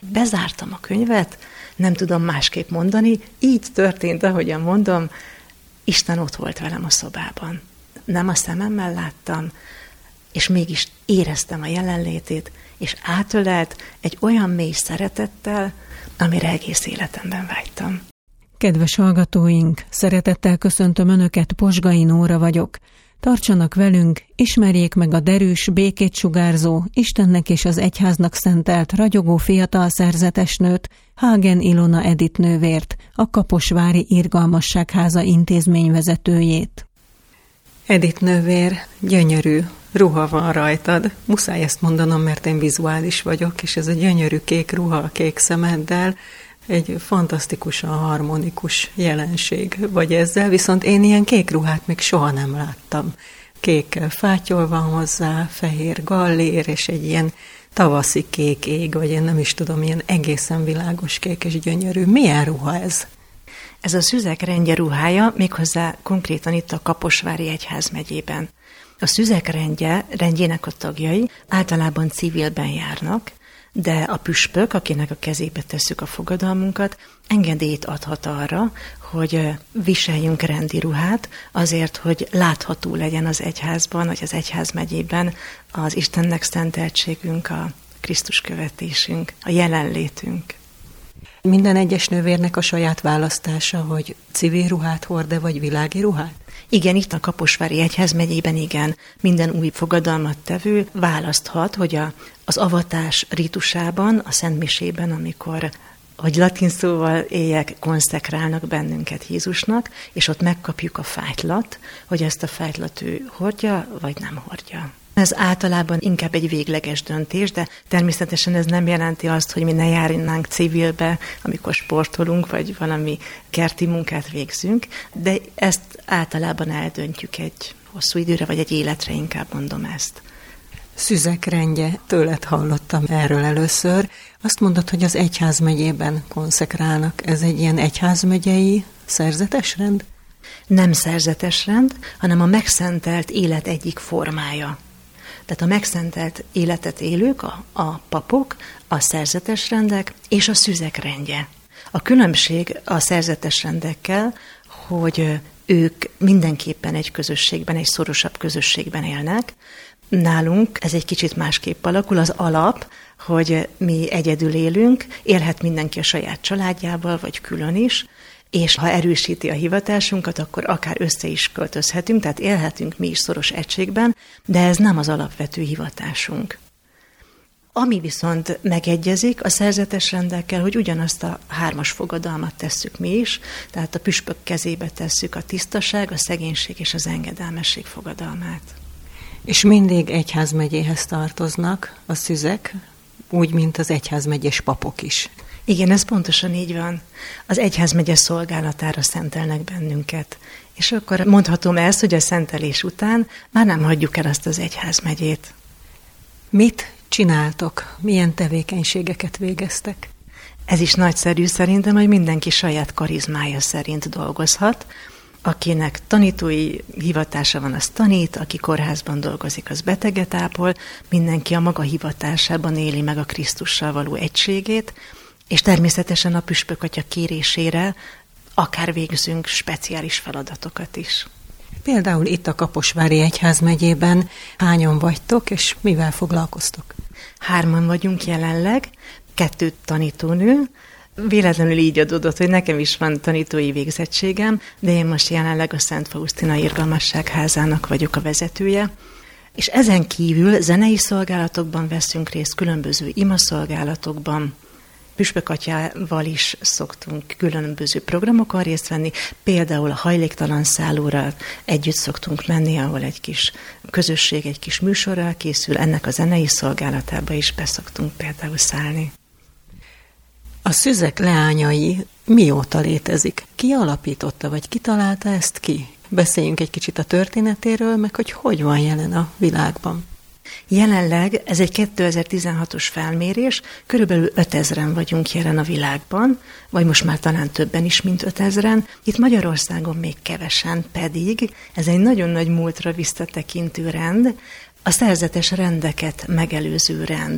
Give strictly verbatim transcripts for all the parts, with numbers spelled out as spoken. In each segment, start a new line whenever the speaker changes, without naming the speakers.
bezártam a könyvet, nem tudom másképp mondani, így történt, ahogyan mondom, Isten ott volt velem a szobában. Nem a szememmel láttam, és mégis éreztem a jelenlétét, és átölelt egy olyan mély szeretettel, amire egész életemben vágytam.
Kedves hallgatóink, szeretettel köszöntöm Önöket, Posgai Nóra vagyok. Tartsanak velünk, ismerjék meg a derűs, békét sugárzó, Istennek és az egyháznak szentelt, ragyogó fiatal szerzetesnőt, Hagen Ilona Edith nővért, a Kaposvári Irgalmasságháza intézményvezetőjét.
Edith nővér, gyönyörű ruha van rajtad. Muszáj ezt mondanom, mert én vizuális vagyok, és ez a gyönyörű kék ruha a kék szemeddel egy fantasztikusan harmonikus jelenség vagy ezzel, viszont én ilyen kék ruhát még soha nem láttam. Kék fátyol van hozzá, fehér gallér, és egy ilyen tavaszi kék ég, vagy én nem is tudom, ilyen egészen világos kék és gyönyörű. Milyen ruha ez?
Ez a Szüzek rendje ruhája, méghozzá konkrétan itt a Kaposvári Egyházmegyében. A Szüzek rendje, rendjének a tagjai általában civilben járnak, de a püspök, akinek a kezébe tesszük a fogadalmunkat, engedélyt adhat arra, hogy viseljünk rendi ruhát, azért, hogy látható legyen az egyházban, vagy az egyházmegyében az Istennek szenteltségünk, a Krisztus követésünk, a jelenlétünk.
Minden egyes nővérnek a saját választása, hogy civil ruhát hord-e, vagy világi ruhát?
Igen, itt a Kaposvári Egyházmegyében igen, minden új fogadalmat tevő választhat, hogy a, az avatás ritusában, a szentmisében, amikor, hogy latin szóval éljek, konszekrálnak bennünket Jézusnak, és ott megkapjuk a fájtlat, hogy ezt a fájtlat ő hordja, vagy nem hordja. Ez általában inkább egy végleges döntés, de természetesen ez nem jelenti azt, hogy mi ne járnánk civilbe, amikor sportolunk, vagy valami kerti munkát végzünk, de ezt általában eldöntjük egy hosszú időre, vagy egy életre, inkább mondom ezt.
Szüzek rendje, tőled hallottam erről először. Azt mondod, hogy az egyházmegyében konszekrálnak. Ez egy ilyen egyházmegyei szerzetes rend?
Nem szerzetes rend, hanem a megszentelt élet egyik formája. Tehát a megszentelt életet élők, a, a papok, a szerzetes rendek és a szüzek rendje. A különbség a szerzetes rendekkel, hogy ők mindenképpen egy közösségben, egy szorosabb közösségben élnek. Nálunk ez egy kicsit másképp alakul, az alap, hogy mi egyedül élünk, élhet mindenki a saját családjával, vagy külön is, és ha erősíti a hivatásunkat, akkor akár össze is költözhetünk, tehát élhetünk mi is szoros egységben, de ez nem az alapvető hivatásunk. Ami viszont megegyezik a szerzetes rendekkel, hogy ugyanazt a hármas fogadalmat tesszük mi is, tehát a püspök kezébe tesszük a tisztaság, a szegénység és az engedelmesség fogadalmát.
És mindig egyházmegyéhez tartoznak a szüzek, úgy, mint az egyházmegyes papok is.
Igen, ez pontosan így van. Az egyházmegye szolgálatára szentelnek bennünket. És akkor mondhatom ezt, hogy a szentelés után már nem hagyjuk el azt az egyházmegyét.
Mit csináltok? Milyen tevékenységeket végeztek?
Ez is nagyszerű szerintem, hogy mindenki saját karizmája szerint dolgozhat. Akinek tanítói hivatása van, az tanít, aki kórházban dolgozik, az beteget ápol, mindenki a maga hivatásában éli meg a Krisztussal való egységét, és természetesen a püspök atya kérésére akár végzünk speciális feladatokat is.
Például itt a Kaposvári Egyházmegyében hányan vagytok, és mivel foglalkoztok?
Hárman vagyunk jelenleg, kettő tanítónő. Véletlenül így adódott, hogy nekem is van tanítói végzettségem, de én most jelenleg a Szent Faustina Irgalmasságházának vagyok a vezetője. És ezen kívül zenei szolgálatokban veszünk részt, különböző imaszolgálatokban, püspök atyával is szoktunk különböző programokon részt venni, például a hajléktalan szállóra együtt szoktunk menni, ahol egy kis közösség, egy kis műsorral készül, ennek a zenei szolgálatába is beszoktunk például szállni.
A szüzek leányai mióta létezik? Ki alapította, vagy ki találta ezt ki? Beszéljünk egy kicsit a történetéről, meg hogy hogy van jelen a világban.
Jelenleg ez egy kétezer-tizenhatos felmérés, körülbelül ötezren vagyunk jelen a világban, vagy most már talán többen is, mint ötezren. Itt Magyarországon még kevesen, pedig ez egy nagyon nagy múltra visszatekintő rend, a szerzetes rendeket megelőző rend.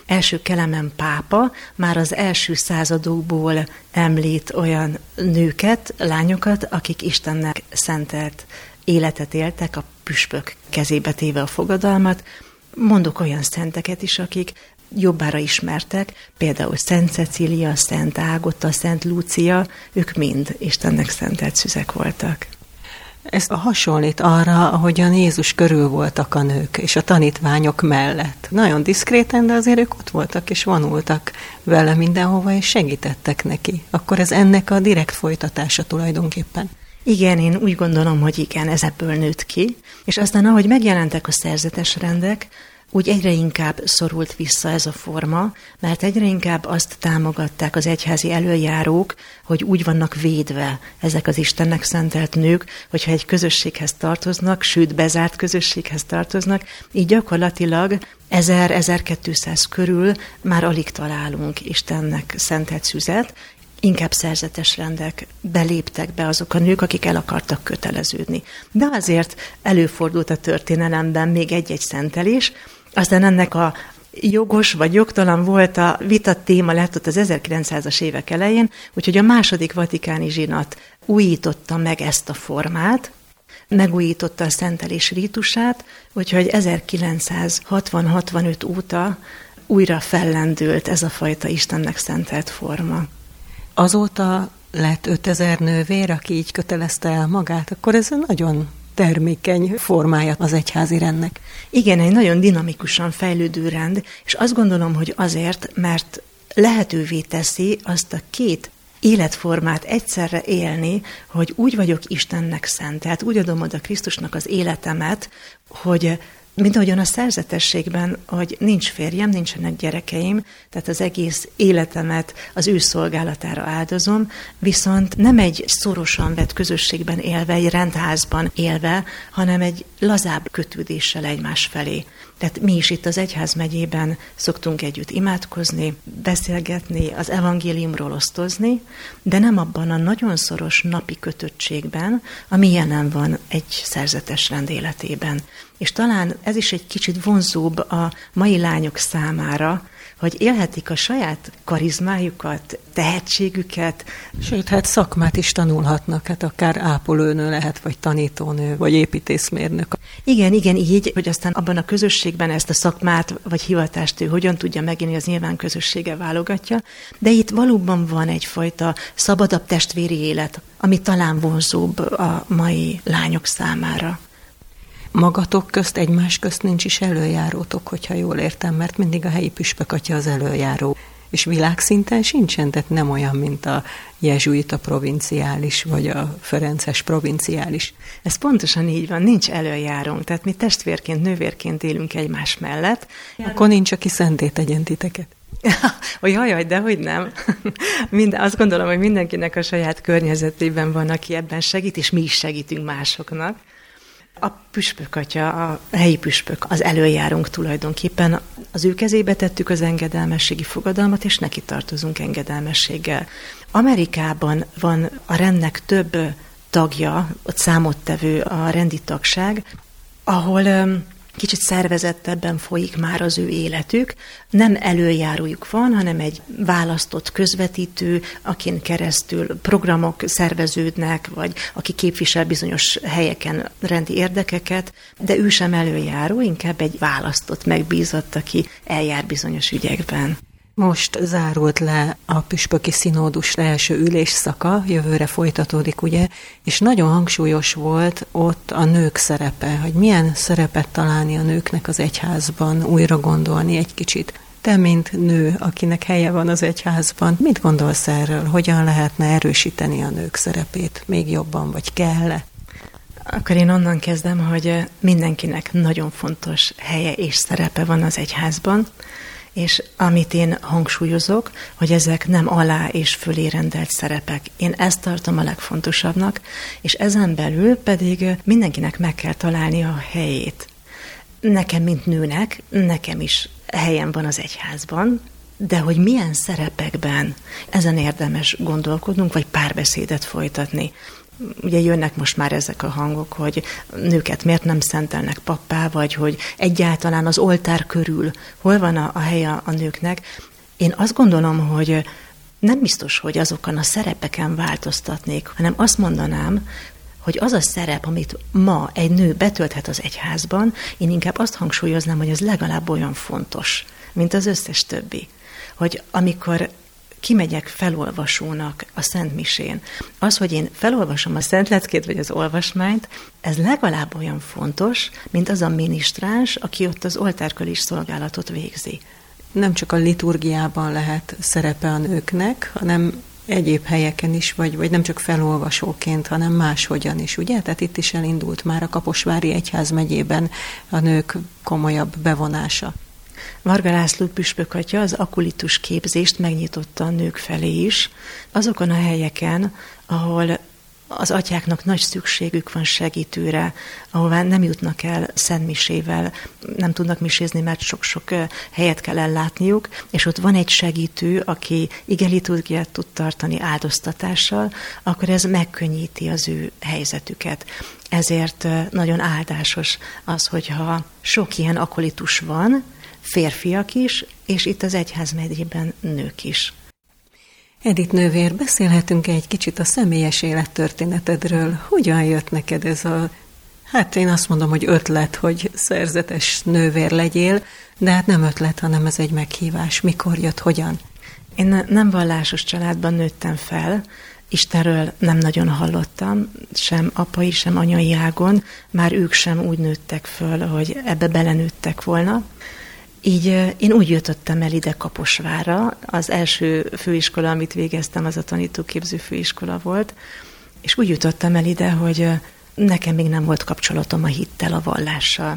első Kelemen pápa már az első századokból említ olyan nőket, lányokat, akik Istennek szentelt életet éltek, a püspök kezébe téve a fogadalmat. Mondok olyan szenteket is, akik jobbára ismertek, például Szent Cecília, Szent Ágota, Szent Lúcia, ők mind Istennek szentelt szüzek voltak.
Ez hasonlít arra, ahogyan Jézus körül voltak a nők, és a tanítványok mellett. Nagyon diszkréten, de azért ők ott voltak, és vonultak vele mindenhova, és segítettek neki. Akkor ez ennek a direkt folytatása tulajdonképpen.
Igen, én úgy gondolom, hogy igen, ez ebből nőtt ki. És aztán, ahogy megjelentek a szerzetes rendek, úgy egyre inkább szorult vissza ez a forma, mert egyre inkább azt támogatták az egyházi előjárók, hogy úgy vannak védve ezek az Istennek szentelt nők, hogyha egy közösséghez tartoznak, sőt bezárt közösséghez tartoznak, így gyakorlatilag ezer-ezerkétszáz körül már alig találunk Istennek szentelt szüzet, inkább szerzetes rendek beléptek be azok a nők, akik el akartak köteleződni. De azért előfordult a történelemben még egy-egy szentelés, aztán ennek a jogos vagy jogtalan volt a vita téma lett ott az ezerkilencszázas évek elején, úgyhogy a második vatikáni zsinat újította meg ezt a formát, megújította a szentelés rítusát, úgyhogy ezerkilencszázhatvan-hatvanöt óta újra fellendült ez a fajta Istennek szentelt forma.
Azóta lett ötezer nővér, aki így kötelezte el magát, akkor ez nagyon termékeny formája az egyházi rendnek.
Igen, egy nagyon dinamikusan fejlődő rend, és azt gondolom, hogy azért, mert lehetővé teszi azt a két életformát egyszerre élni, hogy úgy vagyok Istennek szentelt, úgy adom oda Krisztusnak az életemet, hogy mint ahogyan a szerzetességben, hogy nincs férjem, nincsenek gyerekeim, tehát az egész életemet az ő szolgálatára áldozom, viszont nem egy szorosan vett közösségben élve, egy rendházban élve, hanem egy lazább kötődéssel egymás felé. Tehát mi is itt az egyházmegyében szoktunk együtt imádkozni, beszélgetni, az evangéliumról osztozni, de nem abban a nagyon szoros napi kötöttségben, ami jelen van egy szerzetes rend életében. És talán ez is egy kicsit vonzóbb a mai lányok számára, hogy élhetik a saját karizmájukat, tehetségüket.
Sőt, hát szakmát is tanulhatnak, hát akár ápolónő lehet, vagy tanítónő, vagy építészmérnök.
Igen, igen, így, hogy aztán abban a közösségben ezt a szakmát, vagy hivatást ő hogyan tudja megélni, az nyilván közössége válogatja, de itt valóban van egyfajta szabadabb testvéri élet, ami talán vonzóbb a mai lányok számára.
Magatok közt, egymás közt nincs is előjárótok, hogyha jól értem, mert mindig a helyi püspök atya az előjáró. És világszinten sincsen, tehát nem olyan, mint a jezsuita provinciális, vagy a ferences provinciális.
Ez pontosan így van, nincs előjárónk, tehát mi testvérként, nővérként élünk egymás mellett.
Akkor nincs, aki szentté tegyen titeket.
Hogy jaj, de hogy nem. Minden, azt gondolom, hogy mindenkinek a saját környezetében van, aki ebben segít, és mi is segítünk másoknak. A püspök atya, a helyi püspök, az előjárunk tulajdonképpen. Az ő kezébe tettük az engedelmességi fogadalmat, és neki tartozunk engedelmességgel. Amerikában van a rendnek több tagja, ott számottevő a rendi tagság, ahol kicsit szervezettebben folyik már az ő életük. Nem előjárójuk van, hanem egy választott közvetítő, akin keresztül programok szerveződnek, vagy aki képvisel bizonyos helyeken rendi érdekeket, de ő sem előjáró, inkább egy választott, megbízott, aki eljár bizonyos ügyekben.
Most zárult le a püspöki szinódus első ülésszaka, jövőre folytatódik, ugye, és nagyon hangsúlyos volt ott a nők szerepe, hogy milyen szerepet találni a nőknek az egyházban, újra gondolni egy kicsit. Te, mint nő, akinek helye van az egyházban, mit gondolsz erről? Hogyan lehetne erősíteni a nők szerepét még jobban, vagy kell-e?
Akkor én onnan kezdem, hogy mindenkinek nagyon fontos helye és szerepe van az egyházban, és amit én hangsúlyozok, hogy ezek nem alá és fölé rendelt szerepek. Én ezt tartom a legfontosabbnak, és ezen belül pedig mindenkinek meg kell találni a helyét. Nekem, mint nőnek, nekem is helyem van az egyházban, de hogy milyen szerepekben, ezen érdemes gondolkodnunk, vagy párbeszédet folytatni. ugye jönnek most már ezek a hangok, hogy nőket miért nem szentelnek pappá, vagy hogy egyáltalán az oltár körül hol van a, a helye a nőknek. Én azt gondolom, hogy nem biztos, hogy azokon a szerepeken változtatnék, hanem azt mondanám, hogy az a szerep, amit ma egy nő betölthet az egyházban, én inkább azt hangsúlyoznám, hogy az legalább olyan fontos, mint az összes többi. Hogy amikor kimegyek felolvasónak a Szent Misén, az, hogy én felolvasom a Szent Leckét vagy az olvasmányt, ez legalább olyan fontos, mint az a minisztráns, aki ott az oltárkölis szolgálatot végzi.
Nem csak a liturgiában lehet szerepe a nőknek, hanem egyéb helyeken is, vagy, vagy nem csak felolvasóként, hanem máshogyan is, ugye? Tehát itt is elindult már a Kaposvári Egyházmegyében a nők komolyabb bevonása.
Varga László püspök atya az akulitus képzést megnyitotta a nők felé is, azokon a helyeken, ahol az atyáknak nagy szükségük van segítőre, ahová nem jutnak el szentmisével, nem tudnak misézni, mert sok-sok helyet kell ellátniuk, és ott van egy segítő, aki igen liturgiát tud tartani áldoztatással, akkor ez megkönnyíti az ő helyzetüket. Ezért nagyon áldásos az, hogyha sok ilyen akolitus van, férfiak is, és itt az egyházmegyében nők is.
Edith nővér, beszélhetünk egy kicsit a személyes élettörténetedről. Hogyan jött neked ez a, hát én azt mondom, hogy ötlet, hogy szerzetes nővér legyél, de hát nem ötlet, hanem ez egy meghívás. Mikor jött, hogyan?
Én nem vallásos családban nőttem fel, Istenről nem nagyon hallottam, sem apai, sem anyai ágon, már ők sem úgy nőttek föl, hogy ebbe belenőttek volna. Így én úgy jöttem el ide Kaposvárra, az első főiskola, amit végeztem, az a tanítóképző főiskola volt, és úgy jutottam el ide, hogy nekem még nem volt kapcsolatom a hittel, a vallással.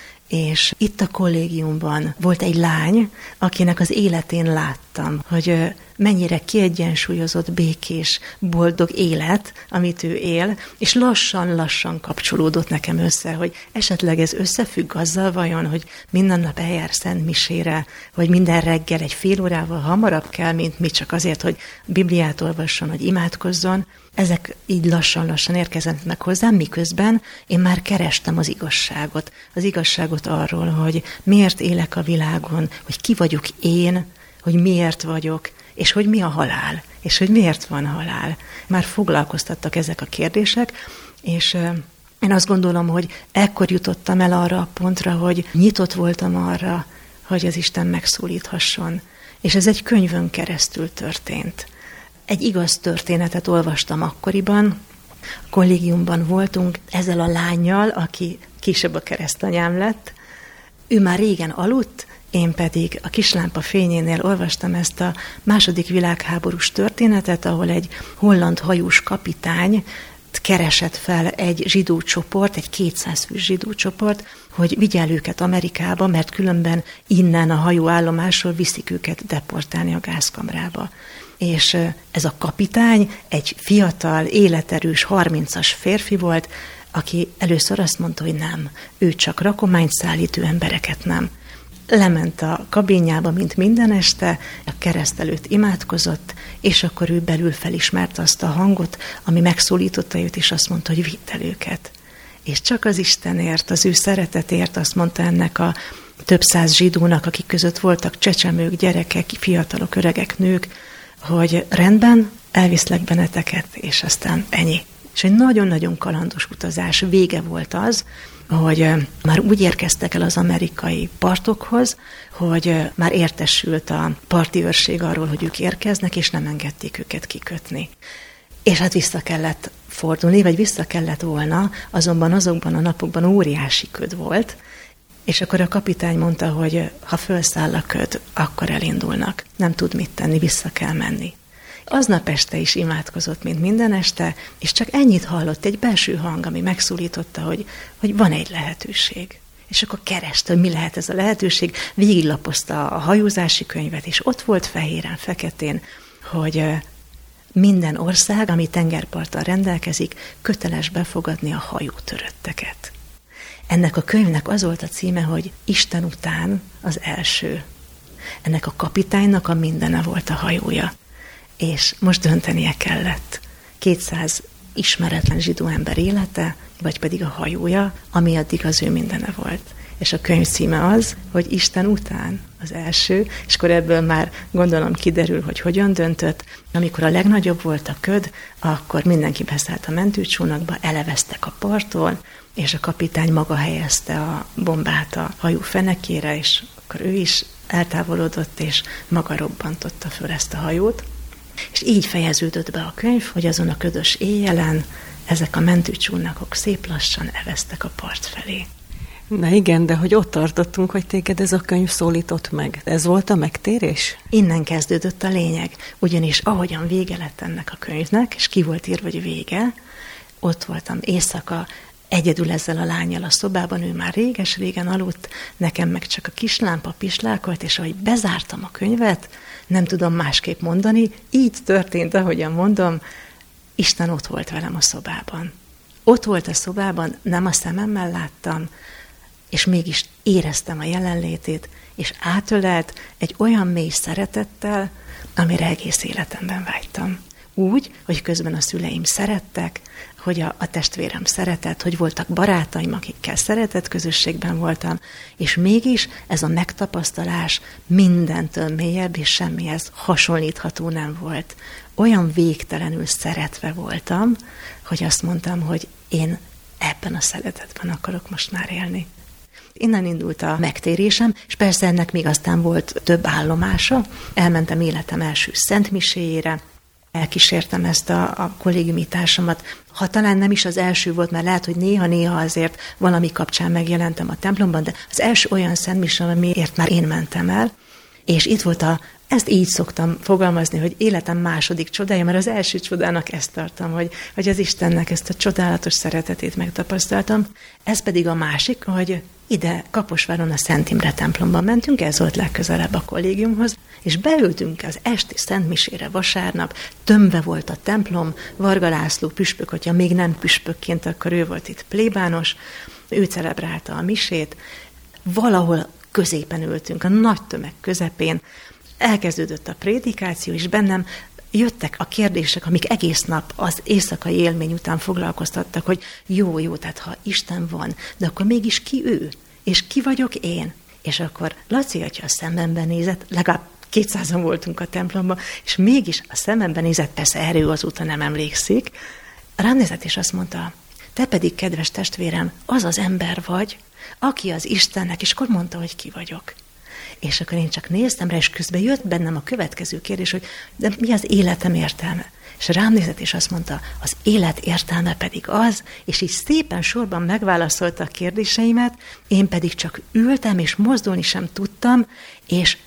És itt a kollégiumban volt egy lány, akinek az életén láttam, hogy mennyire kiegyensúlyozott, békés, boldog élet, amit ő él, és lassan-lassan kapcsolódott nekem össze, hogy esetleg ez összefügg azzal vajon, hogy minden nap eljár szentmisére, hogy minden reggel egy fél órával hamarabb kell, mint mi, csak azért, hogy Bibliát olvasson, hogy imádkozzon. Ezek így lassan-lassan érkeznek hozzám, miközben én már kerestem az igazságot. Az igazságot arról, hogy miért élek a világon, hogy ki vagyok én, hogy miért vagyok, és hogy mi a halál, és hogy miért van halál. Már foglalkoztattak ezek a kérdések, és én azt gondolom, hogy ekkor jutottam el arra a pontra, hogy nyitott voltam arra, hogy az Isten megszólíthasson. És ez egy könyvön keresztül történt. Egy igaz történetet olvastam akkoriban, a kollégiumban voltunk ezzel a lánnyal, aki később a keresztanyám lett. Ő már régen aludt, én pedig a kislámpa fényénél olvastam ezt a második világháborús történetet, ahol egy holland hajós kapitány keresett fel egy zsidó csoport, egy kétszáz fős zsidó csoport, hogy vigyel őket Amerikába, mert különben innen a hajóállomásról viszik őket deportálni a gázkamrába. És ez a kapitány egy fiatal, életerős, harmincas férfi volt, aki először azt mondta, hogy nem, ő csak rakományt szállító embereket nem. Lement a kabinjába, mint minden este, a kereszt előtt imádkozott, és akkor ő belül felismerte azt a hangot, ami megszólította őt, és azt mondta, hogy vidd el őket. És csak az Istenért, az ő szeretetért azt mondta ennek a több száz zsidónak, akik között voltak csecsemők, gyerekek, fiatalok, öregek, nők, hogy rendben, elviszlek benneteket, és aztán ennyi. És egy nagyon-nagyon kalandos utazás vége volt az, hogy már úgy érkeztek el az amerikai partokhoz, hogy már értesült a parti őrség arról, hogy ők érkeznek, és nem engedték őket kikötni. És hát vissza kellett fordulni, vagy vissza kellett volna, azonban azokban a napokban óriási köd volt, és akkor a kapitány mondta, hogy ha fölszáll a köd, akkor elindulnak. Nem tud mit tenni, vissza kell menni. Aznap este is imádkozott, mint minden este, és csak ennyit hallott, egy belső hang, ami megszólította, hogy, hogy van egy lehetőség. És akkor kereste, hogy mi lehet ez a lehetőség, végiglapozta a hajózási könyvet, és ott volt fehéren, feketén, hogy minden ország, ami tengerparttal rendelkezik, köteles befogadni a hajótörötteket. Ennek a könyvnek az volt a címe, hogy Isten után az első. Ennek a kapitánynak a mindene volt a hajója. És most döntenie kellett. kétszáz ismeretlen zsidó ember élete, vagy pedig a hajója, ami addig az ő mindene volt. És a könyv címe az, hogy Isten után az első, és akkor ebből már gondolom kiderül, hogy hogyan döntött. Amikor a legnagyobb volt a köd, akkor mindenki beszállt a mentőcsónakba, eleveztek a parton, és a kapitány maga helyezte a bombát a hajó fenekére, és akkor ő is eltávolodott, és maga robbantotta föl ezt a hajót. És így fejeződött be a könyv, hogy azon a ködös éjjelen ezek a mentőcsónakok szép lassan eveztek a part felé.
Na igen, de hogy ott tartottunk, hogy téged ez a könyv szólított meg. Ez volt a megtérés?
Innen kezdődött a lényeg, ugyanis ahogyan vége lett ennek a könyvnek, és ki volt írva, hogy vége, ott voltam éjszaka, egyedül ezzel a lánnyal a szobában, ő már réges-régen aludt, nekem meg csak a kis lámpa pislákolt, és ahogy bezártam a könyvet, nem tudom másképp mondani, így történt, ahogyan mondom, Isten ott volt velem a szobában. Ott volt a szobában, nem a szememmel láttam, és mégis éreztem a jelenlétét, és átölelt egy olyan mély szeretettel, amire egész életemben vágytam. Úgy, hogy közben a szüleim szerettek, hogy a, a testvérem szeretett, hogy voltak barátaim, akikkel szeretett közösségben voltam, és mégis ez a megtapasztalás mindentől mélyebb, és semmihez hasonlítható nem volt. Olyan végtelenül szeretve voltam, hogy azt mondtam, hogy én ebben a szeretetben akarok most már élni. Innen indult a megtérésem, és persze ennek még aztán volt több állomása. Elmentem életem első szentmiséjére, elkísértem ezt a, a kollégiumi társamat. Ha talán nem is az első volt, mert lehet, hogy néha-néha azért valami kapcsán megjelentem a templomban, de az első olyan szentmise, amiért már én mentem el, és itt volt a, ezt így szoktam fogalmazni, hogy életem második csodája, mert az első csodának ezt tartom, hogy, hogy az Istennek ezt a csodálatos szeretetét megtapasztaltam. Ez pedig a másik, hogy ide Kaposváron a Szent Imre templomban mentünk, ez volt legközelebb a kollégiumhoz, és beültünk az esti szentmisére vasárnap, tömve volt a templom, Varga László püspök, hogyha még nem püspökként, akkor ő volt itt plébános, ő celebrálta a misét, valahol középen ültünk, a nagy tömeg közepén, elkezdődött a prédikáció, és bennem jöttek a kérdések, amik egész nap az éjszakai élmény után foglalkoztattak, hogy jó, jó, tehát ha Isten van, de akkor mégis ki ő? És ki vagyok én? És akkor Laci atya a szememben nézett, legalább kétszázan voltunk a templomban, és mégis a szememben nézett, persze erről azóta nem emlékszik, rám nézett, és azt mondta, te pedig, kedves testvérem, az az ember vagy, aki az Istennek, és akkor mondta, hogy ki vagyok. És akkor én csak néztem rá, és közben jött bennem a következő kérdés, hogy de mi az életem értelme? És rám nézett, és azt mondta, az élet értelme pedig az, és így szépen sorban megválaszolta a kérdéseimet, én pedig csak ültem, és mozdulni sem tudtam, és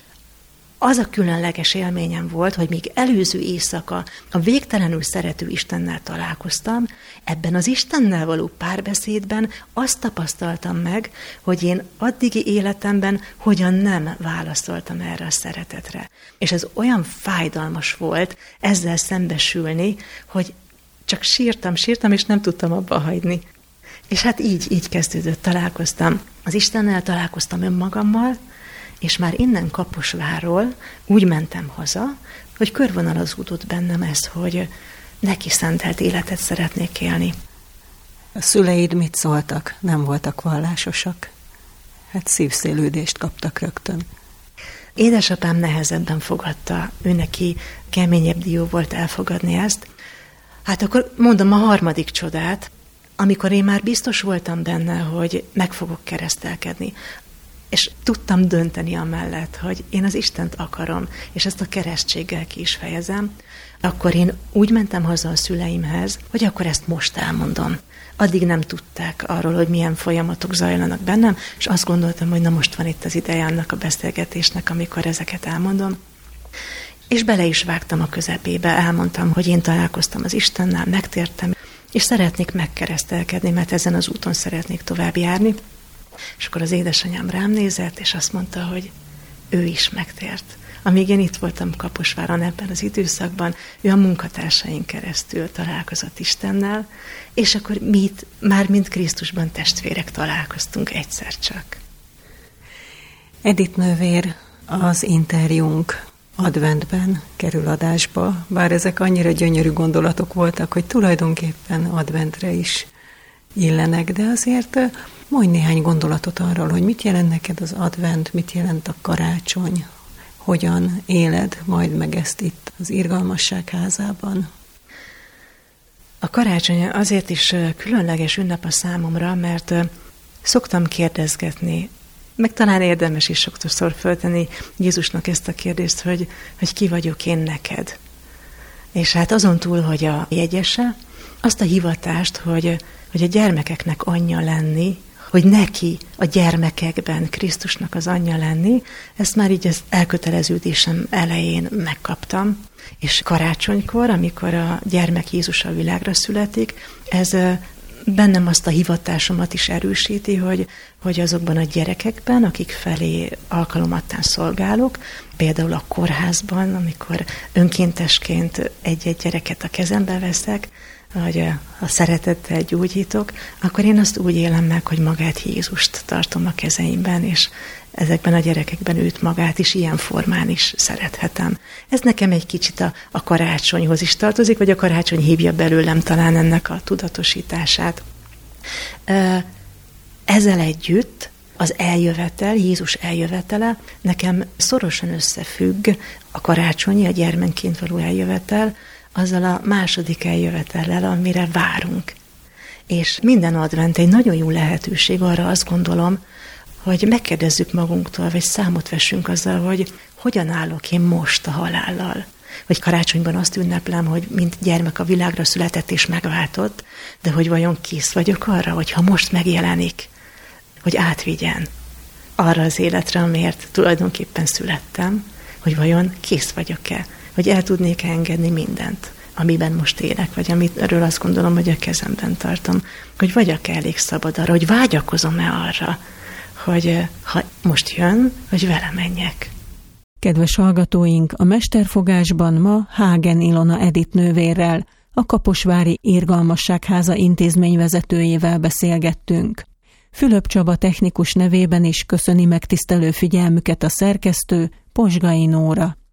az a különleges élményem volt, hogy még előző éjszaka a végtelenül szerető Istennel találkoztam, ebben az Istennel való párbeszédben azt tapasztaltam meg, hogy én addigi életemben hogyan nem válaszoltam erre a szeretetre. És ez olyan fájdalmas volt ezzel szembesülni, hogy csak sírtam, sírtam, és nem tudtam abba hagyni. És hát így, így kezdődött, találkoztam. Az Istennel találkoztam önmagammal, és már innen Kaposvárról úgy mentem haza, hogy körvonalazódott bennem ez, hogy neki szentelt életet szeretnék élni.
A szüleid mit szóltak? Nem voltak vallásosak? Hát szívszélődést kaptak rögtön.
Édesapám nehezebben fogadta, ő neki keményebb dió volt elfogadni ezt. Hát akkor mondom a harmadik csodát, amikor én már biztos voltam benne, hogy meg fogok keresztelkedni, és tudtam dönteni amellett, hogy én az Istent akarom, és ezt a keresztséggel ki is fejezem, akkor én úgy mentem haza a szüleimhez, hogy akkor ezt most elmondom. Addig nem tudták arról, hogy milyen folyamatok zajlanak bennem, és azt gondoltam, hogy na most van itt az ideje annak a beszélgetésnek, amikor ezeket elmondom. És bele is vágtam a közepébe, elmondtam, hogy én találkoztam az Istennel, megtértem, és szeretnék megkeresztelkedni, mert ezen az úton szeretnék tovább járni. És akkor az édesanyám rám nézett, és azt mondta, hogy ő is megtért. Amíg én itt voltam Kaposváron ebben az időszakban, ő a munkatársaink keresztül találkozott Istennel, és akkor mi itt már mint Krisztusban testvérek találkoztunk egyszer csak.
Edith nővér, az interjúnk adventben kerül adásba, bár ezek annyira gyönyörű gondolatok voltak, hogy tulajdonképpen adventre is illenek, de azért mondj néhány gondolatot arról, hogy mit jelent neked az advent, mit jelent a karácsony, hogyan éled majd meg ezt itt az Irgalmasság házában.
A karácsony azért is különleges ünnep a számomra, mert szoktam kérdezgetni, meg talán érdemes is sokszor föltenni Jézusnak ezt a kérdést, hogy, hogy ki vagyok én neked. És hát azon túl, hogy a jegyese, azt a hivatást, hogy, hogy a gyermekeknek anyja lenni, hogy neki a gyermekekben Krisztusnak az anyja lenni, ezt már így az elköteleződésem elején megkaptam. És karácsonykor, amikor a gyermek Jézus a világra születik, ez bennem azt a hivatásomat is erősíti, hogy, hogy azokban a gyerekekben, akik felé alkalomattán szolgálok, például a kórházban, amikor önkéntesként egy-egy gyereket a kezembe veszek, vagy a szeretettel gyógyítok, akkor én azt úgy élem meg, hogy magát Jézust tartom a kezeimben, és ezekben a gyerekekben őt magát is ilyen formán is szerethetem. Ez nekem egy kicsit a, a karácsonyhoz is tartozik, vagy a karácsony hívja belőlem talán ennek a tudatosítását. Ezzel együtt az eljövetel, Jézus eljövetele nekem szorosan összefügg a karácsonyi, a gyermekként való eljövetel, azzal a második eljövetellel, amire várunk. És minden advent egy nagyon jó lehetőség arra, azt gondolom, hogy megkérdezzük magunktól, vagy számot vessünk azzal, hogy hogyan állok én most a halállal. Vagy karácsonyban azt ünneplem, hogy mint gyermek a világra született és megváltott, de hogy vajon kész vagyok arra, hogy ha most megjelenik, hogy átvigyen arra az életre, amiért tulajdonképpen születtem, hogy vajon kész vagyok-e, hogy el tudnék engedni mindent, amiben most élek, vagy amiről azt gondolom, hogy a kezemben tartom, hogy vagyok elég szabad arra, hogy vágyakozom-e arra, hogy ha most jön, hogy vele menjek.
Kedves hallgatóink, a Mesterfogásban ma Hagen Ilona Edith nővérrel, a Kaposvári Irgalmasságháza intézményvezetőjével beszélgettünk. Fülöp Csaba technikus nevében is köszöni megtisztelő figyelmüket a szerkesztő, Posgai Nóra.